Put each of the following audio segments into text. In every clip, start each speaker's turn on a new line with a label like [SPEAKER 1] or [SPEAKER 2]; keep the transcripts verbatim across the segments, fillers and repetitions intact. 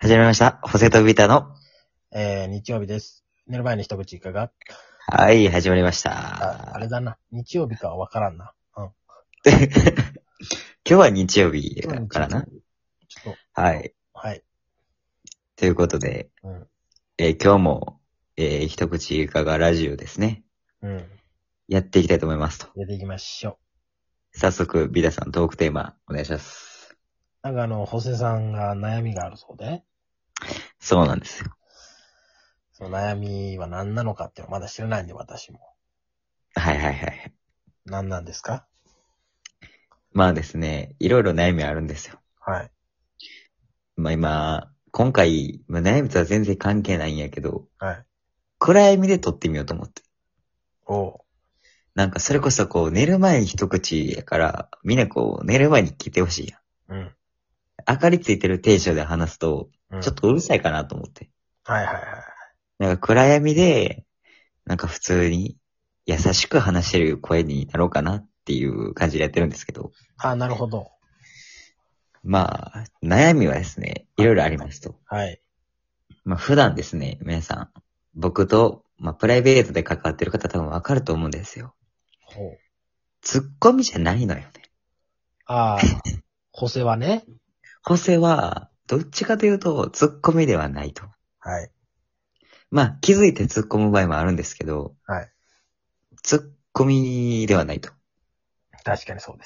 [SPEAKER 1] 始まりました。ホセとビタの。
[SPEAKER 2] えー、日曜日です。寝る前に一口いかが？
[SPEAKER 1] はい、始まりまし
[SPEAKER 2] あ、あれ
[SPEAKER 1] た。
[SPEAKER 2] だな。日曜日かはわからんな。うん。
[SPEAKER 1] 今日は日曜日
[SPEAKER 2] 今日は日曜日。
[SPEAKER 1] だからな。
[SPEAKER 2] ちょっと。
[SPEAKER 1] はい。
[SPEAKER 2] はい。
[SPEAKER 1] ということで、
[SPEAKER 2] うん。
[SPEAKER 1] えー今日も、えー一口いかがラジオですね。
[SPEAKER 2] うん。
[SPEAKER 1] やっていきたいと思いますと。
[SPEAKER 2] やっていきましょ
[SPEAKER 1] 早速、ビタさんトークテーマお願いします。
[SPEAKER 2] う。なんかあの、ホセさんが悩みがあるそうで、
[SPEAKER 1] そうなんですよ。
[SPEAKER 2] その悩みは何なのかっていうのはまだ知らないんで、私も。
[SPEAKER 1] はいはいはい。
[SPEAKER 2] 何なんですか？
[SPEAKER 1] まあですね、いろいろ悩みあるんですよ。
[SPEAKER 2] はい。
[SPEAKER 1] まあ今、今回、まあ、悩みとは全然関係ないんやけど、
[SPEAKER 2] はい。
[SPEAKER 1] 暗闇で撮ってみようと思って。
[SPEAKER 2] おう。
[SPEAKER 1] なんかそれこそこう寝る前に一口やから、みんなこう寝る前に聞いてほしいやん。
[SPEAKER 2] うん。
[SPEAKER 1] 明かりついてるテンションで話すと、
[SPEAKER 2] うん。
[SPEAKER 1] ちょっとうるさいかなと思って。
[SPEAKER 2] はいはいはい。
[SPEAKER 1] なんか暗闇で、なんか普通に優しく話してる声になろうかなっていう感じでやってるんですけど。
[SPEAKER 2] あ、なるほど。
[SPEAKER 1] まあ、悩みはですね、いろいろありますと。
[SPEAKER 2] はい。
[SPEAKER 1] まあ普段ですね、皆さん、僕と、まあプライベートで関わってる方多分わかると思うんですよ。
[SPEAKER 2] ほう。
[SPEAKER 1] ツッコミじゃないのよね。
[SPEAKER 2] ああ、ホセはね。
[SPEAKER 1] ホセは、どっちかというと、ツッコミではないと。
[SPEAKER 2] はい。
[SPEAKER 1] まあ、気づいて突っ込む場合もあるんですけど、
[SPEAKER 2] はい。
[SPEAKER 1] 突っ込みではないと。
[SPEAKER 2] 確かにそうです。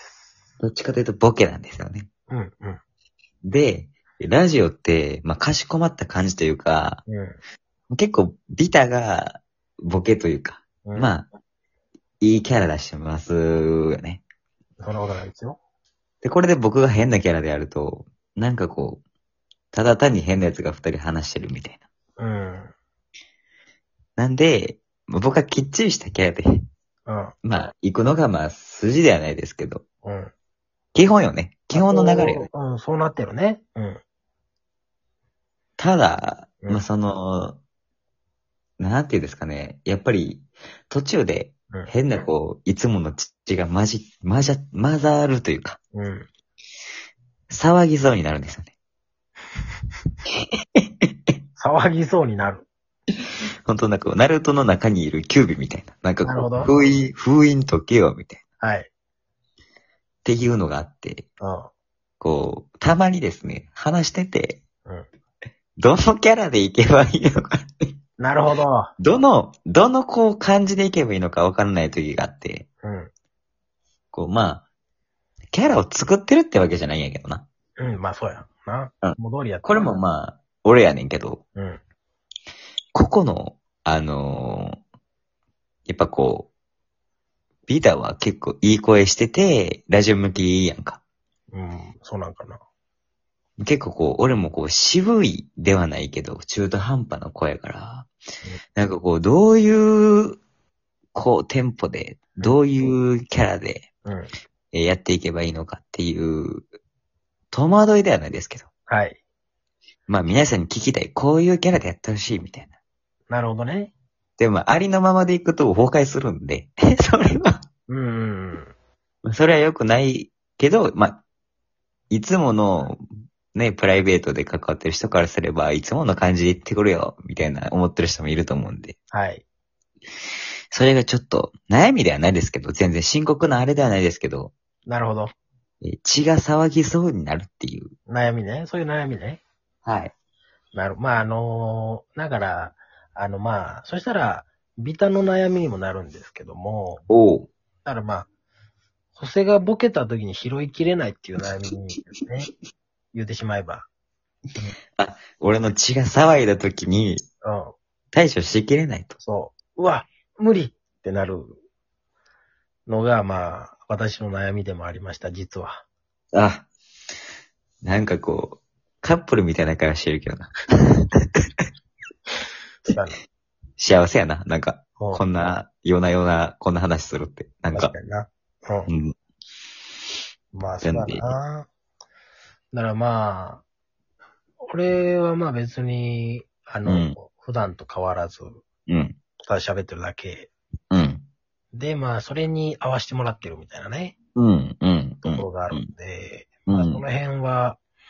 [SPEAKER 1] どっちかというとボケなんですよね。
[SPEAKER 2] うん、うん。
[SPEAKER 1] で、ラジオって、まあ、かしこまった感じというか、
[SPEAKER 2] う
[SPEAKER 1] 結構ビタがボケというか、
[SPEAKER 2] ん。うん。
[SPEAKER 1] まあ、いいキャラ出してますよね。
[SPEAKER 2] そんなことないですよ。
[SPEAKER 1] で、これで僕が変なキャラであると、なんかこう、ただ単に変なやつが二人話してるみたいな。
[SPEAKER 2] うん。
[SPEAKER 1] なんで、まあ僕はきっちりしたキャラで、
[SPEAKER 2] うん。
[SPEAKER 1] まあ、行くのがまあ、筋ではないですけど、
[SPEAKER 2] うん。
[SPEAKER 1] 基本よね。基本の流れよね。
[SPEAKER 2] あとうん、そうなってるね。うん。
[SPEAKER 1] ただ、まあ、
[SPEAKER 2] うん。
[SPEAKER 1] その、なんていうんですかね。やっぱり、途中で、
[SPEAKER 2] うん。
[SPEAKER 1] 変なこう、いつもの血が混じ、混ざ、混ざるというか、
[SPEAKER 2] うん。
[SPEAKER 1] 騒ぎそうになるんですよね。
[SPEAKER 2] 騒ぎそうになる。
[SPEAKER 1] 本当なんか、ナルトの中にいるキュービみたいな。なんかこう、
[SPEAKER 2] なるほど。
[SPEAKER 1] 封印、封印解けよ、みたいな。っ
[SPEAKER 2] はい。
[SPEAKER 1] ていうのがあって、
[SPEAKER 2] う
[SPEAKER 1] こう、たまにですね、話してて、
[SPEAKER 2] ん。うん。
[SPEAKER 1] どのキャラでいけばいいのか、
[SPEAKER 2] なるほど。
[SPEAKER 1] どの、どのこう感じでいけばいいのかわからない時があって、
[SPEAKER 2] うん。
[SPEAKER 1] こう、まあ、キャラを作ってるってわけじゃないんやけどな。
[SPEAKER 2] うん。まあ、そうや。な。
[SPEAKER 1] うん。
[SPEAKER 2] もう通りやって
[SPEAKER 1] これ
[SPEAKER 2] る。
[SPEAKER 1] もまあ、俺やねんけど、
[SPEAKER 2] うん。
[SPEAKER 1] ここの、あのーやっぱこう、ビーターは結構いい声してて、ラジオ向きやんか。
[SPEAKER 2] うん。そうなんかな。
[SPEAKER 1] 結構こう、俺もこう、渋いではないけど、中途半端な声やから、なんかこう、どういう、こう、テンポで、どういうキャラで、
[SPEAKER 2] うん。うん。
[SPEAKER 1] えーやっていけばいいのかっていう、戸惑いではないですけど。
[SPEAKER 2] はい。
[SPEAKER 1] まあ皆さんに聞きたい。こういうキャラでやってほしいみたいな。
[SPEAKER 2] なるほどね。
[SPEAKER 1] でも、ありのままでいくと崩壊するんで、それは、
[SPEAKER 2] うん。
[SPEAKER 1] それは良くないけど、まあ、いつもの、ね、プライベートで関わってる人からすれば、いつもの感じで言ってくるよ、みたいな思ってる人もいると思うんで。
[SPEAKER 2] はい。
[SPEAKER 1] それがちょっと、悩みではないですけど、全然深刻なあれではないですけど、
[SPEAKER 2] なるほど。
[SPEAKER 1] え血が騒ぎそうになるっていう。
[SPEAKER 2] 悩みね。そういう悩みね。
[SPEAKER 1] はい。
[SPEAKER 2] なる。まあ、あのーだから、あの、まあ、そしたら、ビタの悩みにもなるんですけども、
[SPEAKER 1] おう。
[SPEAKER 2] だからまあ、補正がボケた時に拾いきれないっていう悩みですね。言うてしまえば。
[SPEAKER 1] あ、俺の血が騒いだ時に、
[SPEAKER 2] うん。
[SPEAKER 1] 対処しきれないと。
[SPEAKER 2] そう。うわ、無理ってなるのが、まあ、私の悩みでもありました、実は。
[SPEAKER 1] あ、なんかこう、カップルみたいな会話してるけどな。
[SPEAKER 2] そうだね。
[SPEAKER 1] 幸せやな。なんか、
[SPEAKER 2] うん。
[SPEAKER 1] こんな、ようなような、こんな話するって。なんか、
[SPEAKER 2] 確かにな。う
[SPEAKER 1] うん。
[SPEAKER 2] ん。まあ、そうだ
[SPEAKER 1] なんで、
[SPEAKER 2] な。だからまあ、俺はまあ別に、あの、
[SPEAKER 1] うん、
[SPEAKER 2] 普段と変わらず、
[SPEAKER 1] うん、
[SPEAKER 2] ただ喋ってるだけ。
[SPEAKER 1] うん、
[SPEAKER 2] で、まあ、それに合わせてもらってるみたいなね、
[SPEAKER 1] うん、うん、うん、
[SPEAKER 2] ところがあるん
[SPEAKER 1] うん、
[SPEAKER 2] で、
[SPEAKER 1] う
[SPEAKER 2] まあ、その
[SPEAKER 1] ん、
[SPEAKER 2] 辺は、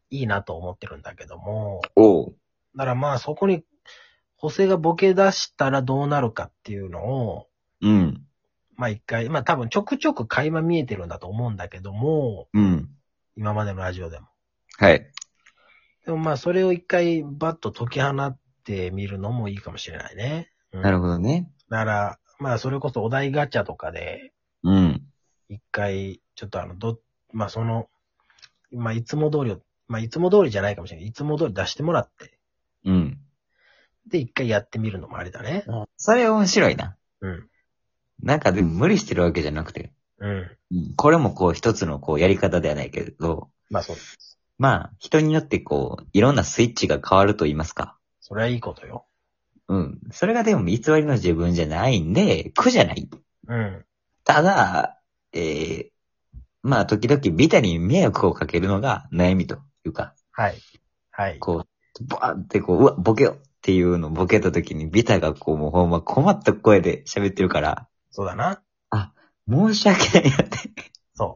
[SPEAKER 2] いいなと思ってるんだけども、
[SPEAKER 1] おう。
[SPEAKER 2] だからまあそこに、補正がボケ出したらどうなるかっていうのを、
[SPEAKER 1] うん。
[SPEAKER 2] まあ一回、まあ多分ちょくちょく垣間見えてるんだと思うんだけども、
[SPEAKER 1] うん。
[SPEAKER 2] 今までのラジオでも。
[SPEAKER 1] はい。
[SPEAKER 2] でもまあそれを一回バッと解き放ってみるのもいいかもしれないね。うん、
[SPEAKER 1] なるほどね。
[SPEAKER 2] だから、まあそれこそお題ガチャとかで、
[SPEAKER 1] うん。
[SPEAKER 2] 一回、ちょっとあの、ど、まあその、まあいつも通りを、まあいつも通りじゃないかもしれない。いつも通り出してもらって、
[SPEAKER 1] うん。
[SPEAKER 2] で一回やってみるのもありだね。
[SPEAKER 1] それ面白いな。
[SPEAKER 2] うん。
[SPEAKER 1] なんかでも無理してるわけじゃなくて。
[SPEAKER 2] うん。
[SPEAKER 1] うんこれもこう一つのこうやり方ではないけど、
[SPEAKER 2] まあそうです。
[SPEAKER 1] まあ人によってこういろんなスイッチが変わると言いますか。
[SPEAKER 2] それはいいことよ。
[SPEAKER 1] うん。それがでも偽りの自分じゃないんで、苦じゃない。
[SPEAKER 2] うん。
[SPEAKER 1] ただ、えー、まあ時々ビタに迷惑をかけるのが悩みというか、
[SPEAKER 2] はい。はい。
[SPEAKER 1] こう、バーってこう、うわ、ボケよっていうのをボケた時にビタがこうもうほんま困った声で喋ってるから、
[SPEAKER 2] そうだな。
[SPEAKER 1] あ、申し訳ないなって。
[SPEAKER 2] そう。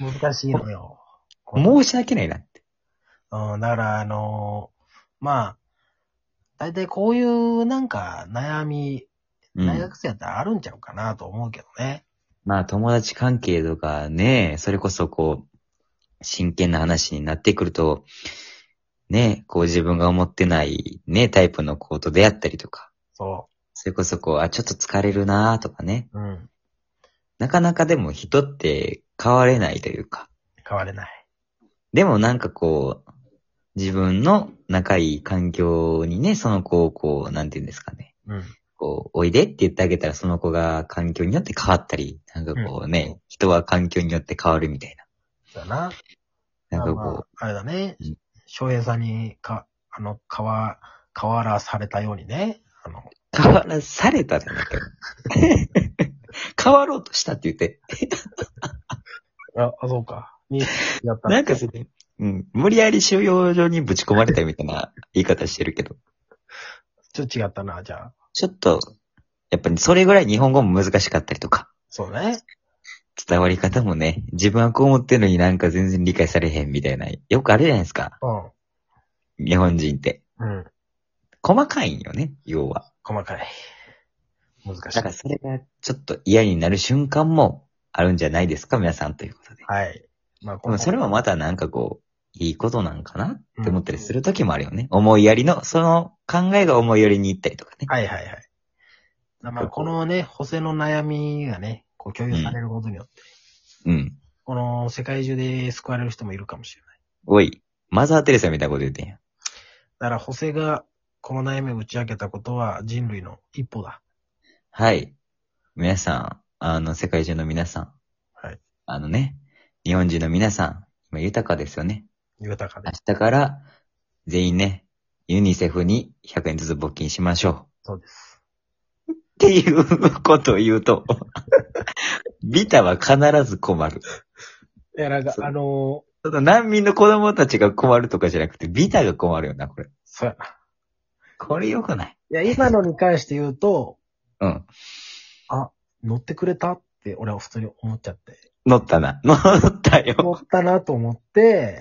[SPEAKER 2] 難しいのよ。
[SPEAKER 1] 申し訳ないなって。
[SPEAKER 2] うん、だからあのーまあ、大体こういうなんか悩み、
[SPEAKER 1] うん。
[SPEAKER 2] 大学生やったらあるんちゃうかなと思うけどね。
[SPEAKER 1] まあ友達関係とかね、それこそこう、真剣な話になってくると、ね、こう自分が思ってないね、タイプの子と出会ったりとか、
[SPEAKER 2] そ
[SPEAKER 1] それこそこう、あ、ちょっと疲れるなーとかね。
[SPEAKER 2] う。うん。
[SPEAKER 1] なかなかでも人って変われないというか。
[SPEAKER 2] 変われない。
[SPEAKER 1] でもなんかこう、自分の仲いい環境にね、その子をこう、なんていうんですかね。
[SPEAKER 2] うん。
[SPEAKER 1] こう、おいでって言ってあげたらその子が環境によって変わったり、なんかこうね、
[SPEAKER 2] うん
[SPEAKER 1] 人は環境によって変わるみたい
[SPEAKER 2] だな。
[SPEAKER 1] な。なんか
[SPEAKER 2] まあ、
[SPEAKER 1] こ
[SPEAKER 2] あれだね
[SPEAKER 1] うん。
[SPEAKER 2] 翔平さんにか、あの、変わ、変わらされたようにね。あの、
[SPEAKER 1] う、変わらされたじゃなくて、変わろうとしたって言って。
[SPEAKER 2] あ、あ、そうか。に、やった。
[SPEAKER 1] なんかそれ、うん、無理やり収容所にぶち込まれたみたいな言い方してるけど。
[SPEAKER 2] ちょっと違ったな、じゃあ。
[SPEAKER 1] ちょっと、やっぱりそれぐらい日本語も難しかったりとか、
[SPEAKER 2] そうね。
[SPEAKER 1] 伝わり方もね、自分はこう思ってるのになんか全然理解されへんみたいな、よくあるじゃないですか。
[SPEAKER 2] う
[SPEAKER 1] 日本人って。
[SPEAKER 2] ん。うん。
[SPEAKER 1] 細かいんよね、要は。
[SPEAKER 2] 細かい。難しい。
[SPEAKER 1] だからそれがちょっと嫌になる瞬間もあるんじゃないですか、皆さんということで。
[SPEAKER 2] はい。まあ、
[SPEAKER 1] でもそれ
[SPEAKER 2] も、
[SPEAKER 1] もまたなんかこう、いいことなんかなって思ったりする時もあるよね。思いやりの、その考えが思いやりに行ったりとかね。
[SPEAKER 2] はいはいはい。まあ、このね、補正の悩みがね、こう共有されることによって、
[SPEAKER 1] うん。
[SPEAKER 2] この世界中で救われる人もいるかもしれない。
[SPEAKER 1] おい、マザー・テレサみたいなこと言ってんや。
[SPEAKER 2] だから補正がこの悩みを打ち明けたことは人類の一歩だ。
[SPEAKER 1] はい。皆さん、あの、世界中の皆さん、
[SPEAKER 2] はい。
[SPEAKER 1] あのね、日本人の皆さん、今豊かですよね。
[SPEAKER 2] 豊かで
[SPEAKER 1] 明。日から全員ね、ユニセフにひゃくえんずつ募金しましょ
[SPEAKER 2] そうです。
[SPEAKER 1] う。っていうことを言うと、ビタは必ず困る。
[SPEAKER 2] いや、なんか
[SPEAKER 1] そう
[SPEAKER 2] あの
[SPEAKER 1] ちょっと難民の子供たちが困るとかじゃなくて、ビタが困るよな、これ。
[SPEAKER 2] そうやな。
[SPEAKER 1] これ良くない。
[SPEAKER 2] いや、今のに関して言うと、
[SPEAKER 1] うん。
[SPEAKER 2] あ、乗ってくれたって俺は普通に思っちゃって。
[SPEAKER 1] 乗ったな。乗った
[SPEAKER 2] 乗
[SPEAKER 1] よ。
[SPEAKER 2] ったなと思って、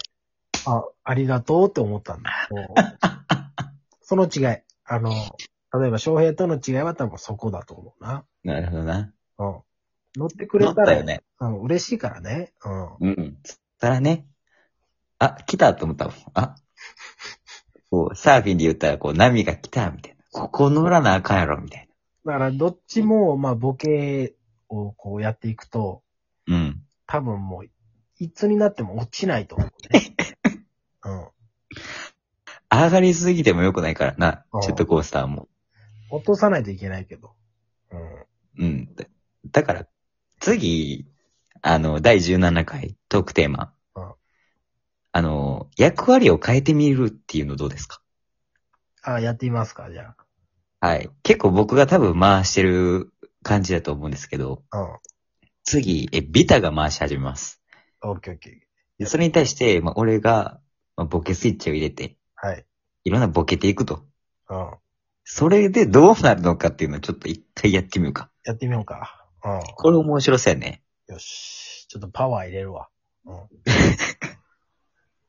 [SPEAKER 2] あ、ありがとうって思ったんだ。その違い。あの、例えば翔平との違いは多分そこだと思うな。
[SPEAKER 1] なるほどな。
[SPEAKER 2] うん。乗ってくれ
[SPEAKER 1] 乗
[SPEAKER 2] たら、
[SPEAKER 1] ったよね。
[SPEAKER 2] うん、嬉しいからね。うん。
[SPEAKER 1] うん。つったらね、あ、来たと思ったもん。あ、こう、サーフィンで言ったら、こう、波が来た、みたいな。ここ乗らなあかんやろ、みたい
[SPEAKER 2] だから、どっちも、まあ、ボケをこうやっていくと、
[SPEAKER 1] な。うん。
[SPEAKER 2] 多分もう、いつになっても落ちないと思うね。うん。
[SPEAKER 1] 上がりすぎても良くないからな、
[SPEAKER 2] うん
[SPEAKER 1] ジェットコースターも。
[SPEAKER 2] 落とさないといけないけど。うん。
[SPEAKER 1] うん。だだから、次、あの、だいじゅうななかいトークテーマ。
[SPEAKER 2] うん
[SPEAKER 1] あの、役割を変えてみるっていうのどうですか？
[SPEAKER 2] あ、やってみますか、じゃ
[SPEAKER 1] はい。結構僕が多分回してる感じだと思うんですけど、
[SPEAKER 2] あ。うん。
[SPEAKER 1] 次、え、ビタが回し始めます。
[SPEAKER 2] オッケーオッケー。
[SPEAKER 1] でそれに対して、まあ、俺が、まあ、ボケスイッチを入れて、
[SPEAKER 2] はい。
[SPEAKER 1] いろんなボケていくと。
[SPEAKER 2] うん。
[SPEAKER 1] それでどうなるのかっていうのをちょっと一回やってみようか。
[SPEAKER 2] やってみようか。うん。
[SPEAKER 1] これ面白そうやね。
[SPEAKER 2] よし。ちょっとパワー入れるわ。うん。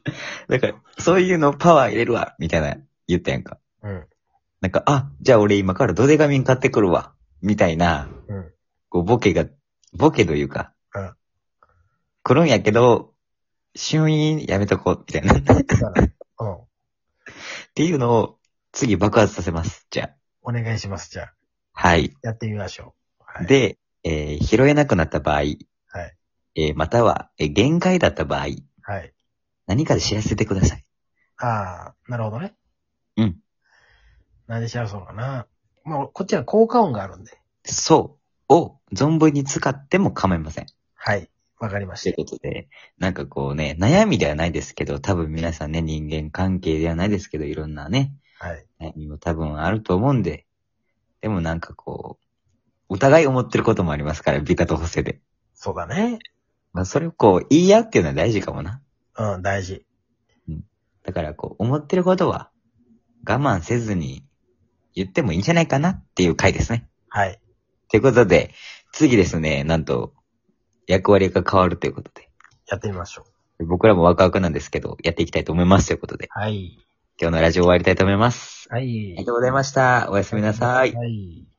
[SPEAKER 1] だから、そういうのパワー入れるわ、みたいな言ったやんか。
[SPEAKER 2] うん。
[SPEAKER 1] なんか、あ、じゃあ俺今からドデカミン買ってくるわ、みたいな、
[SPEAKER 2] うん。
[SPEAKER 1] こうボケが、ボケというか、
[SPEAKER 2] うん
[SPEAKER 1] 来るんやけど、瞬移やめとこう、みたいな。っ
[SPEAKER 2] だから、うん。
[SPEAKER 1] ていうのを、次爆発させます。じゃあ。
[SPEAKER 2] お願いします、じゃあ。
[SPEAKER 1] はい。
[SPEAKER 2] やってみましょう。はい。
[SPEAKER 1] で、えー拾えなくなった場合、
[SPEAKER 2] はい。
[SPEAKER 1] えーまたは、えー限界だった場合、
[SPEAKER 2] はい。
[SPEAKER 1] 何かで知らせてください。
[SPEAKER 2] ああ、なるほどね。
[SPEAKER 1] うん。
[SPEAKER 2] 何でしゃそうかな。まあ、こっちは効果音があるんで。
[SPEAKER 1] そう。を存分に使っても構いません。
[SPEAKER 2] はい。わかりま
[SPEAKER 1] という
[SPEAKER 2] した。
[SPEAKER 1] ことで、なんかこうね、悩みではないですけど、多分皆さんね、人間関係ではないですけど、いろんなね、
[SPEAKER 2] はい。
[SPEAKER 1] 悩みも多分あると思うんで、でもなんかこう、お互い思ってることもありますから、美化と補正で。
[SPEAKER 2] そうだね。
[SPEAKER 1] まあ、それをこう、言い合うっていうのは大事かもな。
[SPEAKER 2] うん、大事。
[SPEAKER 1] だからこう、思ってることは、我慢せずに言ってもいいんじゃないかなっていう回ですね。
[SPEAKER 2] はい。
[SPEAKER 1] ということで、次ですね、なんと、役割が変わるということで。
[SPEAKER 2] やってみましょう。
[SPEAKER 1] 僕らもワクワクなんですけど、やっていきたいと思いますということで。
[SPEAKER 2] はい。
[SPEAKER 1] 今日のラジオ終わりたいと思います。
[SPEAKER 2] はい。
[SPEAKER 1] ありがとうございました。おやすみなさい。
[SPEAKER 2] はい。